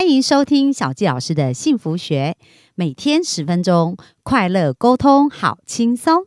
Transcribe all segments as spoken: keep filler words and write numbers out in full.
欢迎收听小纪老师的幸福学，每天十分钟，快乐沟通，好轻松。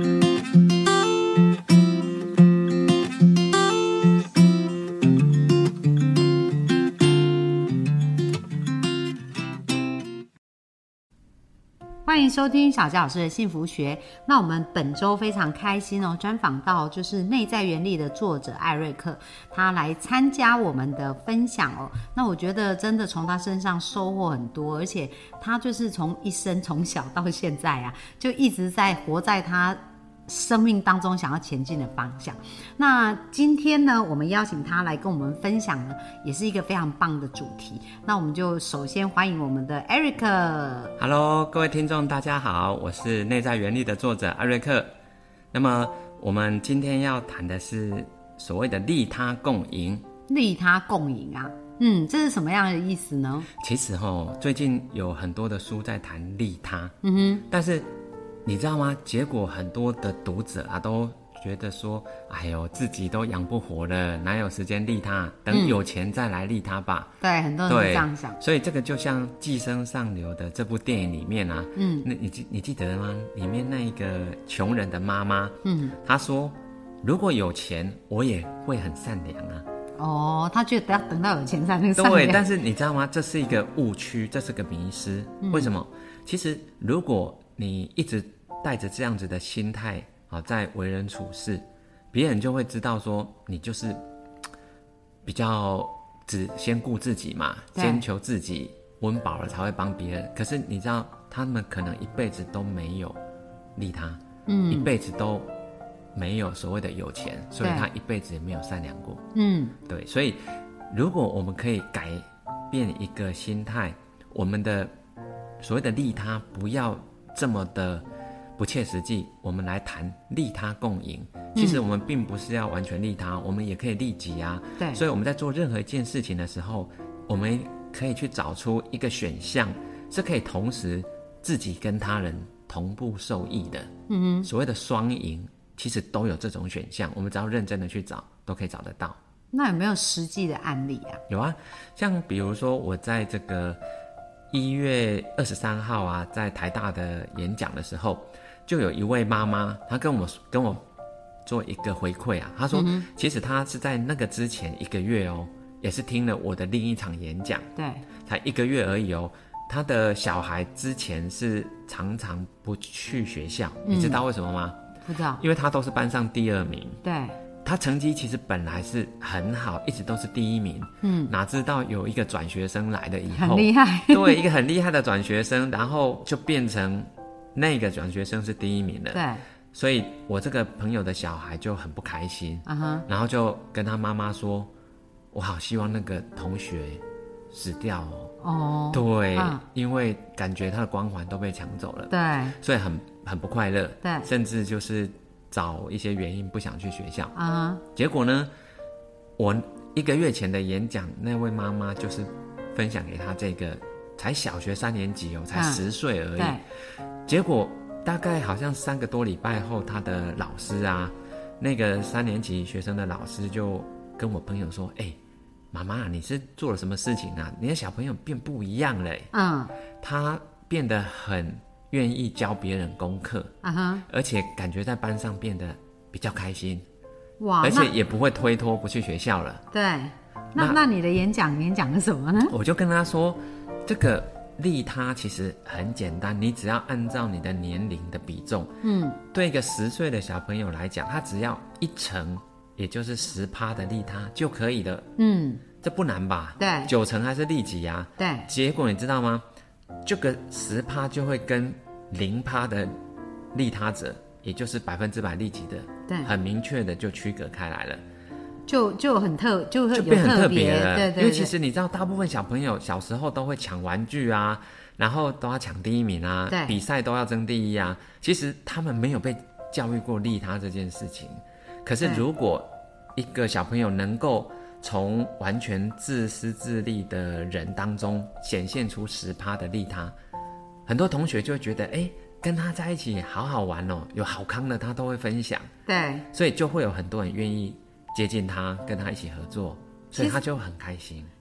欢迎收听小纪老师的幸福学。那我们本周非常开心哦，专访到就是内在原力的作者艾瑞克，他来参加我们的分享哦。那我觉得真的从他身上收获很多，而且他就是从一生从小到现在啊，就一直在活在他生命当中想要前进的方向。那今天呢，我们邀请他来跟我们分享呢，也是一个非常棒的主题。那我们就首先欢迎我们的 Eric。Hello， 各位听众，大家好，我是内在原力的作者艾瑞克。那么我们今天要谈的是所谓的利他共赢。 利他共赢啊，嗯，这是什么样的意思呢？ 其实齁，最近有很多的书在谈利他， 嗯哼， 但是你知道吗？结果很多的读者啊，都觉得说，哎呦，自己都养不活了，哪有时间利他？等有钱再来利他吧。 嗯、对，很多人都这样想。 所以这个就像《寄生上流》的这部电影里面啊，嗯，那你记你记得吗？里面那一个穷人的妈妈，嗯，她说，如果有钱，我也会很善良啊。 哦，他觉得要等到有钱才能善良。 对，但是你知道吗？这是一个误区，这是个迷思。嗯、为什么？其实如果你一直带着这样子的心态啊，在为人处事，别人就会知道说你就是比较只先顾自己嘛，先求自己温饱了才会帮别人。可是你知道，他们可能一辈子都没有利他，嗯，一辈子都没有所谓的有钱，所以他一辈子也没有善良过。嗯，对，所以如果我们可以改变一个心态，我们的所谓的利他不要这么的不切实际，我们来谈利他共赢。其实我们并不是要完全利他，我们也可以利己啊。对，所以我们在做任何一件事情的时候，我们可以去找出一个选项，是可以同时自己跟他人同步受益的。嗯哼，所谓的双赢，其实都有这种选项，我们只要认真的去找，都可以找得到。 那有没有实际的案例啊？ 有啊，像比如说我在这个一月二十三号啊，在台大的演讲的时候，就有一位妈妈，她跟我跟我做一个回馈啊，她说，嗯、其实她是在那个之前一个月哦，也是听了我的另一场演讲， 对， 才一个月而已哦。她的小孩之前是常常不去学校，嗯、你知道为什么吗？ 不知道， 因为她都是班上第二名， 对。 他成绩其实本来是很好，一直都是第一名，嗯，哪知道有一个转学生来了以后， 很厉害， 对，一个很厉害的转学生，然后就变成那个转学生是第一名了，对，所以我这个朋友的小孩就很不开心，啊哈，然后就跟他妈妈说，我好希望那个同学死掉哦，哦，对，啊、因为感觉他的光环都被抢走了， 对， 所以很很不快乐， 对， 甚至就是找一些原因不想去学校啊， uh-huh. 结果呢，我一个月前的演讲，那位妈妈就是分享给他这个才小学三年级哦，才十岁而已，嗯、结果大概好像三个多礼拜后，他的老师啊，那个三年级学生的老师就跟我朋友说，哎、欸，妈妈，你是做了什么事情啊？你的小朋友变不一样了，嗯，他变得很愿意教别人功课，啊哈，而且感觉在班上变得比较开心，哇，而且也不会推脱不去学校了。 对，那那, 那你的演讲演讲了什么呢？ 我就跟他说，这个利他其实很简单，你只要按照你的年龄的比重，嗯，对一个十岁的小朋友来讲，他只要一成，也就是十趴的利他就可以了，嗯，这不难吧？对，九成还是利己啊，对，结果你知道吗？这个十趴就会跟零趴的利他者，也就是百分之百利己的，对，很明确的就区隔开来了， 就就很特，就会有就变很特别了。 对 对, 对， 因为其实你知道，大部分小朋友小时候都会抢玩具啊，然后都要抢第一名啊，对，比赛都要争第一啊。其实他们没有被教育过利他这件事情。可是如果一个小朋友能够从完全自私自利的人当中显现出十趴的利他，很多同学就会觉得，哎，跟他在一起好好玩哦，有好康的他都会分享，对，所以就会有很多人愿意接近他，跟他一起合作，所以他就很开心。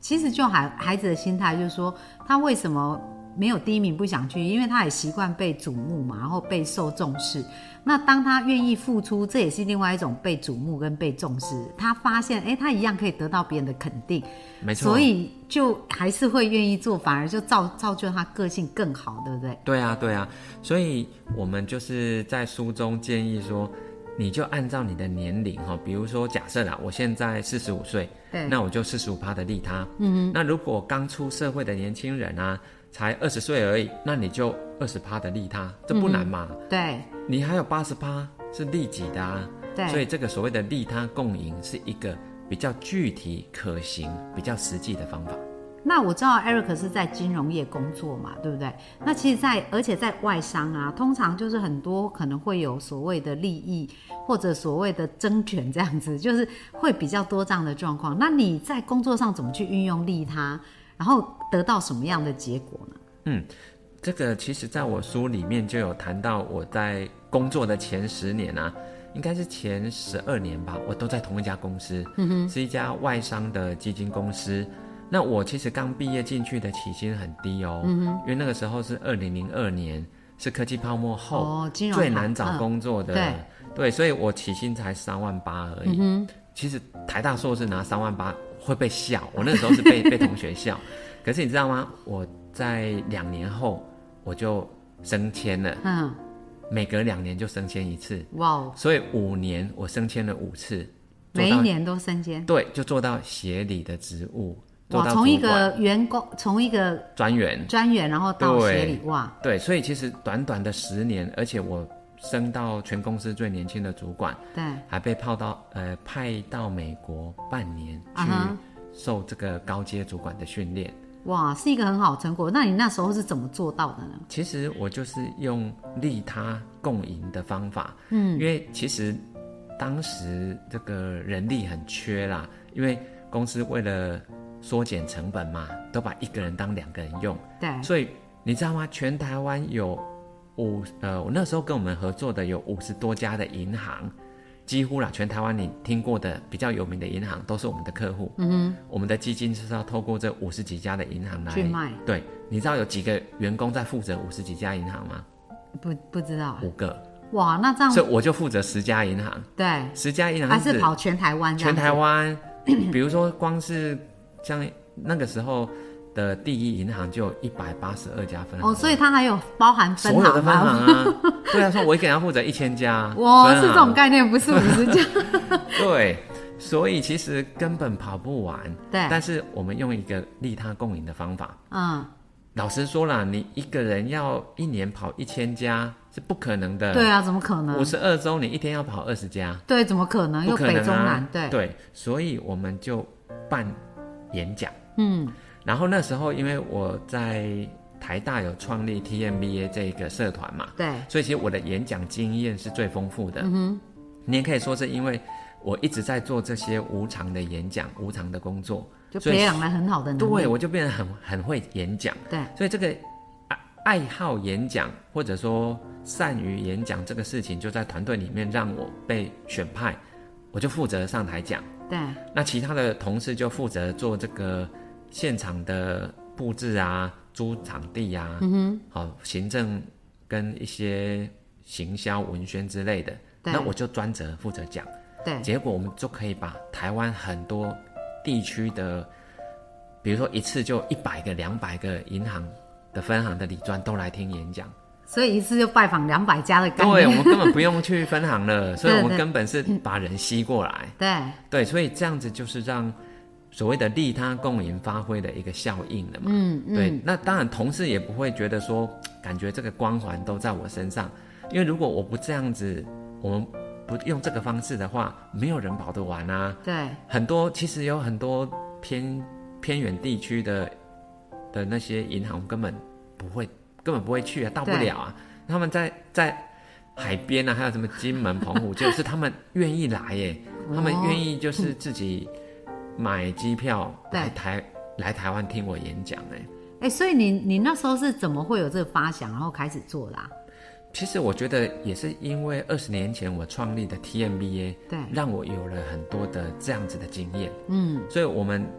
其实就孩孩子的心态就是说，他为什么没有第一名不想去，因为他也习惯被瞩目嘛，然后被受重视。那当他愿意付出，这也是另外一种被瞩目跟被重视。他发现，哎，他一样可以得到别人的肯定， 没错， 所以就还是会愿意做，反而就造造就他个性更好，对不对？ 对啊，对啊。所以我们就是在书中建议说，你就按照你的年龄哈，比如说假设啦，我现在四十五岁， 对， 那我就四十五趴的利他。嗯哼。那如果刚出社会的年轻人啊，才二十岁而已，那你就二十趴的利他，这不难嘛？ 嗯、对， 你还有八十趴是利己的啊。 对， 所以这个所谓的利他共赢是一个比较具体、可行、比较实际的方法。 那我知道 Eric 是在金融业工作嘛，对不对？那其实在，而且在外商啊，通常就是很多可能会有所谓的利益或者所谓的争权这样子，就是会比较多这样的状况。那你在工作上怎么去运用利他，然后得到什么样的结果呢？ 嗯，这个其实在我书里面就有谈到，我在工作的前十年啊，应该是前十二年吧，我都在同一家公司，嗯哼，是一家外商的基金公司。那我其实刚毕业进去的起薪很低哦，嗯哼，因为那个时候是二零零二年，是科技泡沫后、哦、最难找工作的，嗯、对对，所以我起薪才三万八而已。嗯、其实台大硕士拿三万八会被笑，我那个时候是被被同学笑。可是你知道吗？我在两年后我就升迁了，嗯，每隔两年就升迁一次，哇哦！所以五年我升迁了五次， 每一年都升迁， 对，就做到协理的职务。 哇，从一个员工，从一个专员， 专员，然后到协理，哇， 对，所以其实短短的十年，而且我升到全公司最年轻的主管， 对， 还被派到呃派到美国半年去受这个高阶主管的训练。 哇，是一个很好的成果。那你那时候是怎么做到的呢？ 其实我就是用利他共赢的方法，嗯，因为其实当时这个人力很缺啦，因为公司为了缩减成本嘛，都把一个人当两个人用。 对， 所以你知道吗？全台湾有五呃，我那时候跟我们合作的有五十多家的银行，几乎啦，全台湾你听过的比较有名的银行都是我们的客户。嗯哼，我们的基金是要透过这五十几家的银行来去卖。 对，你知道有几个员工在负责五十几家银行吗？ 不不知道。 五个。 哇，那这样， 所以我就负责十家银行。 对， 十家银行还是跑全台湾这样子。 全台湾，比如说光是像那个时候的第一银行就有一百八十二家分行。 哦，所以它还有包含分行吗？ 所有的分行啊。对啊，说我一个人要负责一千家。 哇，是这种概念，不是五十家。 对，所以其实根本跑不完。 对， 但是我们用一个利他共赢的方法。 嗯。 老实说啦，你一个人要一年跑一千家是不可能的。 对啊，怎么可能？ 五十二周你一天要跑二十家。 对，怎么可能？ 不可能啊， 又北中南，对对，所以我们就办演讲。嗯，然后那时候因为我在台大有创立 T M B A 这个社团嘛， 对， 所以其实我的演讲经验是最丰富的。嗯哼，你也可以说是因为我一直在做这些无偿的演讲、无偿的工作。 就培养了很好的能力， 对，我就变得很很会演讲。 对， 所以这个爱好演讲或者说善于演讲这个事情，就在团队里面让我被选派，我就负责上台讲。 对， 那其他的同事就负责做这个现场的布置啊、租场地啊，嗯哼，好，行政跟一些行销、文宣之类的。那我就专责负责讲。 对， 结果我们就可以把台湾很多地区的，比如说一次就一百个、两百个银行的分行的理专都来听演讲， 所以一次就拜访两百家的概念。 对，我们根本不用去分行了，所以我们根本是把人吸过来。 对对，所以这样子就是让所谓的利他共赢发挥的一个效应了嘛。嗯嗯。对，那当然同事也不会觉得说，感觉这个光环都在我身上，因为如果我不这样子，我们不用这个方式的话，没有人跑得完啊。 对， 很多其实有很多偏偏远地区的的那些银行根本不会，根本不会去啊，到不了啊。他们在在海边啊，还有什么金门、澎湖，就是他们愿意来耶，他们愿意就是自己买机票来台来台湾听我演讲哎。 哎，所以你你那时候是怎么会有这个发想，然后开始做的啊？ 其实我觉得也是因为二十年前我创立的 T M B A， 对， 让我有了很多的这样子的经验。嗯，所以我们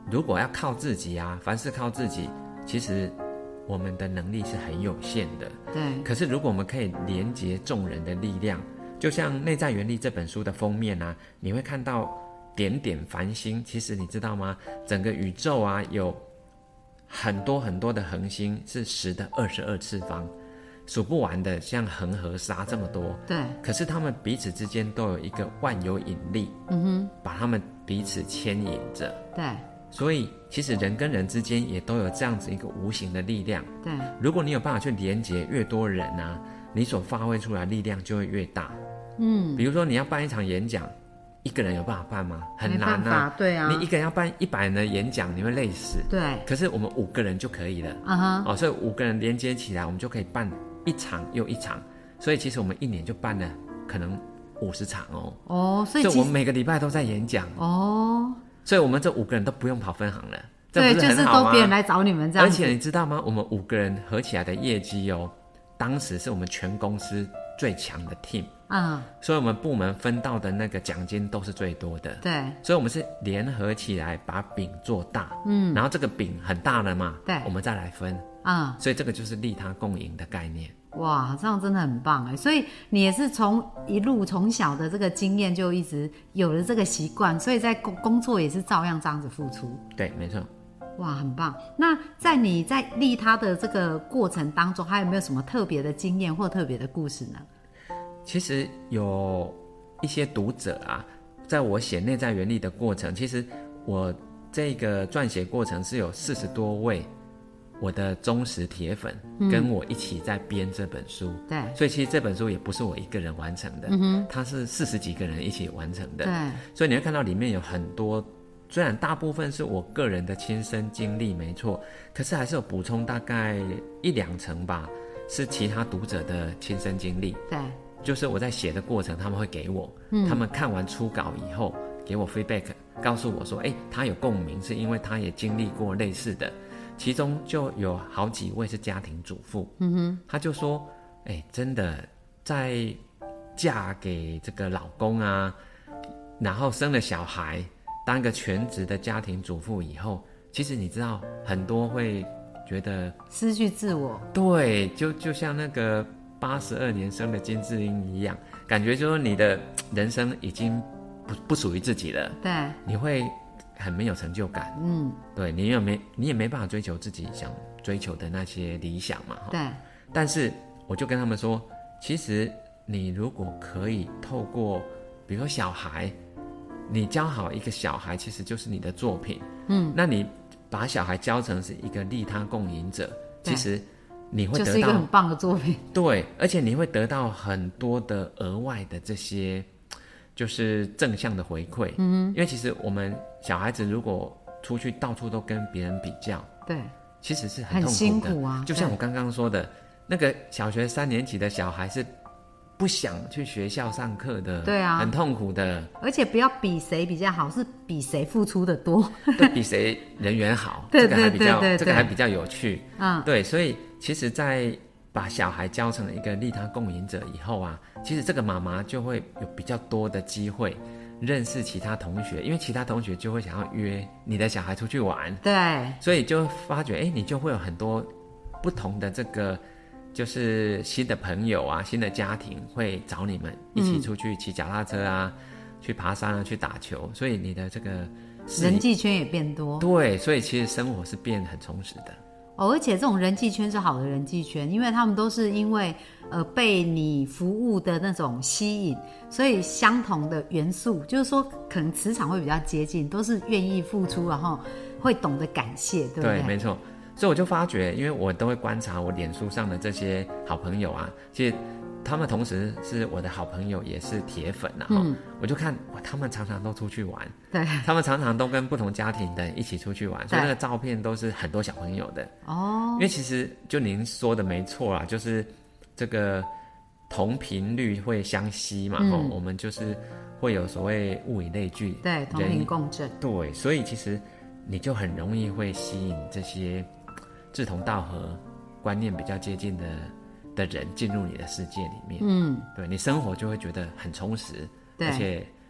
如果要靠自己啊，凡事靠自己，其实我们的能力是很有限的。 对。 可是如果我们可以连结众人的力量，就像《内在原力》这本书的封面啊，你会看到点点繁星。其实你知道吗？整个宇宙啊，有很多很多的恒星，是十的二十二次方，数不完的，像恒河沙这么多。 对。 可是他们彼此之间都有一个万有引力， 嗯哼， 把他们彼此牵引着。 对。 所以其实人跟人之间也都有这样子一个无形的力量。 对。 如果你有办法去连结越多人啊，你所发挥出来的力量就会越大。嗯，比如说你要办一场演讲，一个人有办法办吗？很难啊。 没办法，对啊。 你一个人要办一百人的演讲，你会累死。 对。 可是我们五个人就可以了。 嗯哼。 哦，所以五个人连接起来，我们就可以办一场又一场。所以其实我们一年就办了可能五十场哦。 哦，所以所以我们每个礼拜都在演讲。 哦。 所以我们这五个人都不用跑分行了。 对， 这不是很好吗？ 就是都别人来找你们这样子。 而且你知道吗？我们五个人合起来的业绩哦，当时是我们全公司最强的 team。嗯。所以我们部门分到的那个奖金都是最多的。 对。所以我们是联合起来把饼做大。嗯。然后这个饼很大了嘛。 对。 我们再来分。嗯。所以这个就是利他共赢的概念。 哇，这样真的很棒哎！所以你也是从一路从小的这个经验就一直有了这个习惯，所以在工工作也是照样这样子付出。 对，没错。 哇，很棒！那在你在利他的这个过程当中，还有没有什么特别的经验或特别的故事呢？ 其实有一些读者啊，在我写内在原力的过程，其实我这个撰写过程是有四十多位我的忠实铁粉跟我一起在编这本书。嗯。对。所以其实这本书也不是我一个人完成的。嗯哼。它是四十几个人一起完成的。对。所以你会看到里面有很多，虽然大部分是我个人的亲身经历没错，可是还是有补充大概一两成吧，是其他读者的亲身经历。对。就是我在写的过程他们会给我。嗯。他们看完初稿以后给我 feedback， 告诉我说哎，他有共鸣，是因为他也经历过类似的。其中就有好几位是家庭主妇。嗯哼。他就说哎，真的在嫁给这个老公啊，然后生了小孩，当一个全职的家庭主妇以后，其实你知道很多会觉得失去自我。对， 就就像那个八十二年生的金智英一样，感觉就是你的人生已经不不属于自己了。对。你会很没有成就感。嗯。对，你也没你也没办法追求自己想追求的那些理想嘛。对。但是我就跟他们说，其实你如果可以透过比如说小孩，你教好一个小孩其实就是你的作品。嗯。那你把小孩教成是一个利他共赢者，其实你会得到就是一个很棒的作品。 对，而且你会得到很多的额外的这些就是正向的回馈。嗯。因为其实我们小孩子如果出去到处都跟别人比较，对，其实是很痛苦的。很辛苦啊。就像我刚刚说的，那个小学三年级的小孩是不想去学校上课的。对啊。很痛苦的。而且不要比谁比较好，是比谁付出的多。对，比谁人缘好。对对对对对，这个还比较有趣。嗯。对，所以其实在把小孩教成一个利他共赢者以后啊，其实这个妈妈就会有比较多的机会认识其他同学，因为其他同学就会想要约你的小孩出去玩。对。所以就发觉哎，你就会有很多不同的这个就是新的朋友啊，新的家庭会找你们一起出去骑脚踏车啊、嗯、去爬山啊，去打球，所以你的这个人际圈也变多。对，所以其实生活是变很充实的。哦，而且这种人际圈是好的人际圈，因为他们都是因为呃被你服务的那种吸引，所以相同的元素，就是说可能磁场会比较接近，都是愿意付出，然后会懂得感谢，对不对？对，没错。所以我就发觉，因为我都会观察我脸书上的这些好朋友啊，其实他们同时是我的好朋友，也是铁粉啊。嗯。我就看哇，他们常常都出去玩。对。他们常常都跟不同家庭的人一起出去玩，所以那个照片都是很多小朋友的。哦。因为其实就您说的没错啦，就是这个同频率会相吸嘛。嗯。我们就是会有所谓物以类聚。对，同频共振。对，所以其实你就很容易会吸引这些志同道合、观念比较接近的的人进入你的世界里面。嗯。对，你生活就会觉得很充实，而且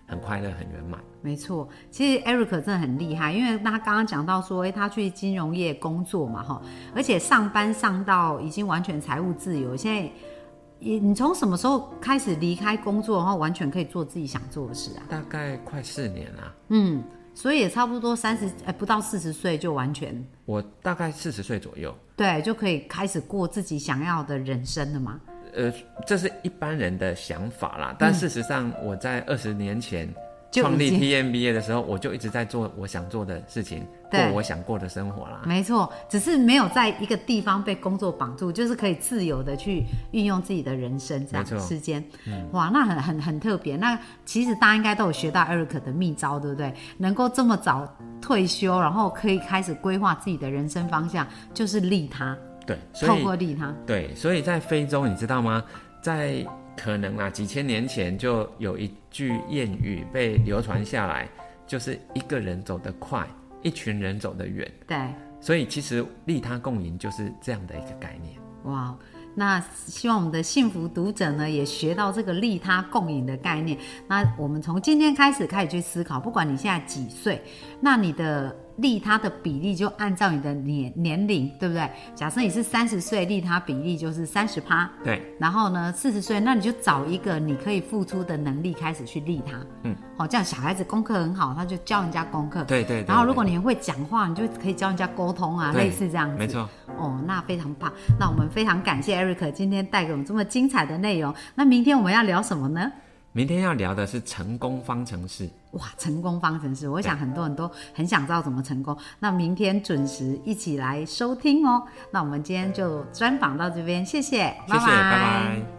很快乐、很圆满。 没错，其实 Eric 真的很厉害，因为他刚刚讲到说，哎，他去金融业工作嘛，哈，而且上班上到已经完全财务自由。现在，你从什么时候开始离开工作，然后完全可以做自己想做的事啊？ 大概快四年了。 嗯，所以也差不多三十，哎，不到四十岁就完全。 我大概四十岁左右。对， 就可以开始过自己想要的人生了嘛。 呃，这是一般人的想法啦，但事实上，我在二十年前。创立 T M B A 的时候，我就一直在做我想做的事情，过我想过的生活啦。 没错，只是没有在一个地方被工作绑住，就是可以自由的去运用自己的人生这样时间。嗯、哇，那很很很特别。那其实大家应该都有学到 Eric 的秘招，对不对？能够这么早退休，然后可以开始规划自己的人生方向，就是利他。 对，所以透过利他。 对，所以在非洲，你知道吗？在可能啊，几千年前就有一句谚语被流传下来，就是一个人走得快，一群人走得远。 对， 所以其实利他共赢就是这样的一个概念。 哇，那希望我们的幸福读者呢，也学到这个利他共赢的概念。那我们从今天开始开始去思考，不管你现在几岁，那你的利他的比例就按照你的年年龄，对不对？假设你是三十岁，利他比例就是三十趴。 对。 然后呢，四十岁，那你就找一个你可以付出的能力开始去利他。嗯。好、哦，这样小孩子功课很好，他就教人家功课。 对 对, 对, 对。 然后如果你很会讲话，你就可以教人家沟通啊，类似这样子。 没错。 哦，那非常棒。那我们非常感谢 Eric 今天带给我们这么精彩的内容。那明天我们要聊什么呢？ 明天要聊的是成功方程式。 哇，成功方程式，我想很多人都很想知道怎么成功。那明天准时一起来收听哦。那我们今天就专访到这边，谢谢， 谢谢，拜拜。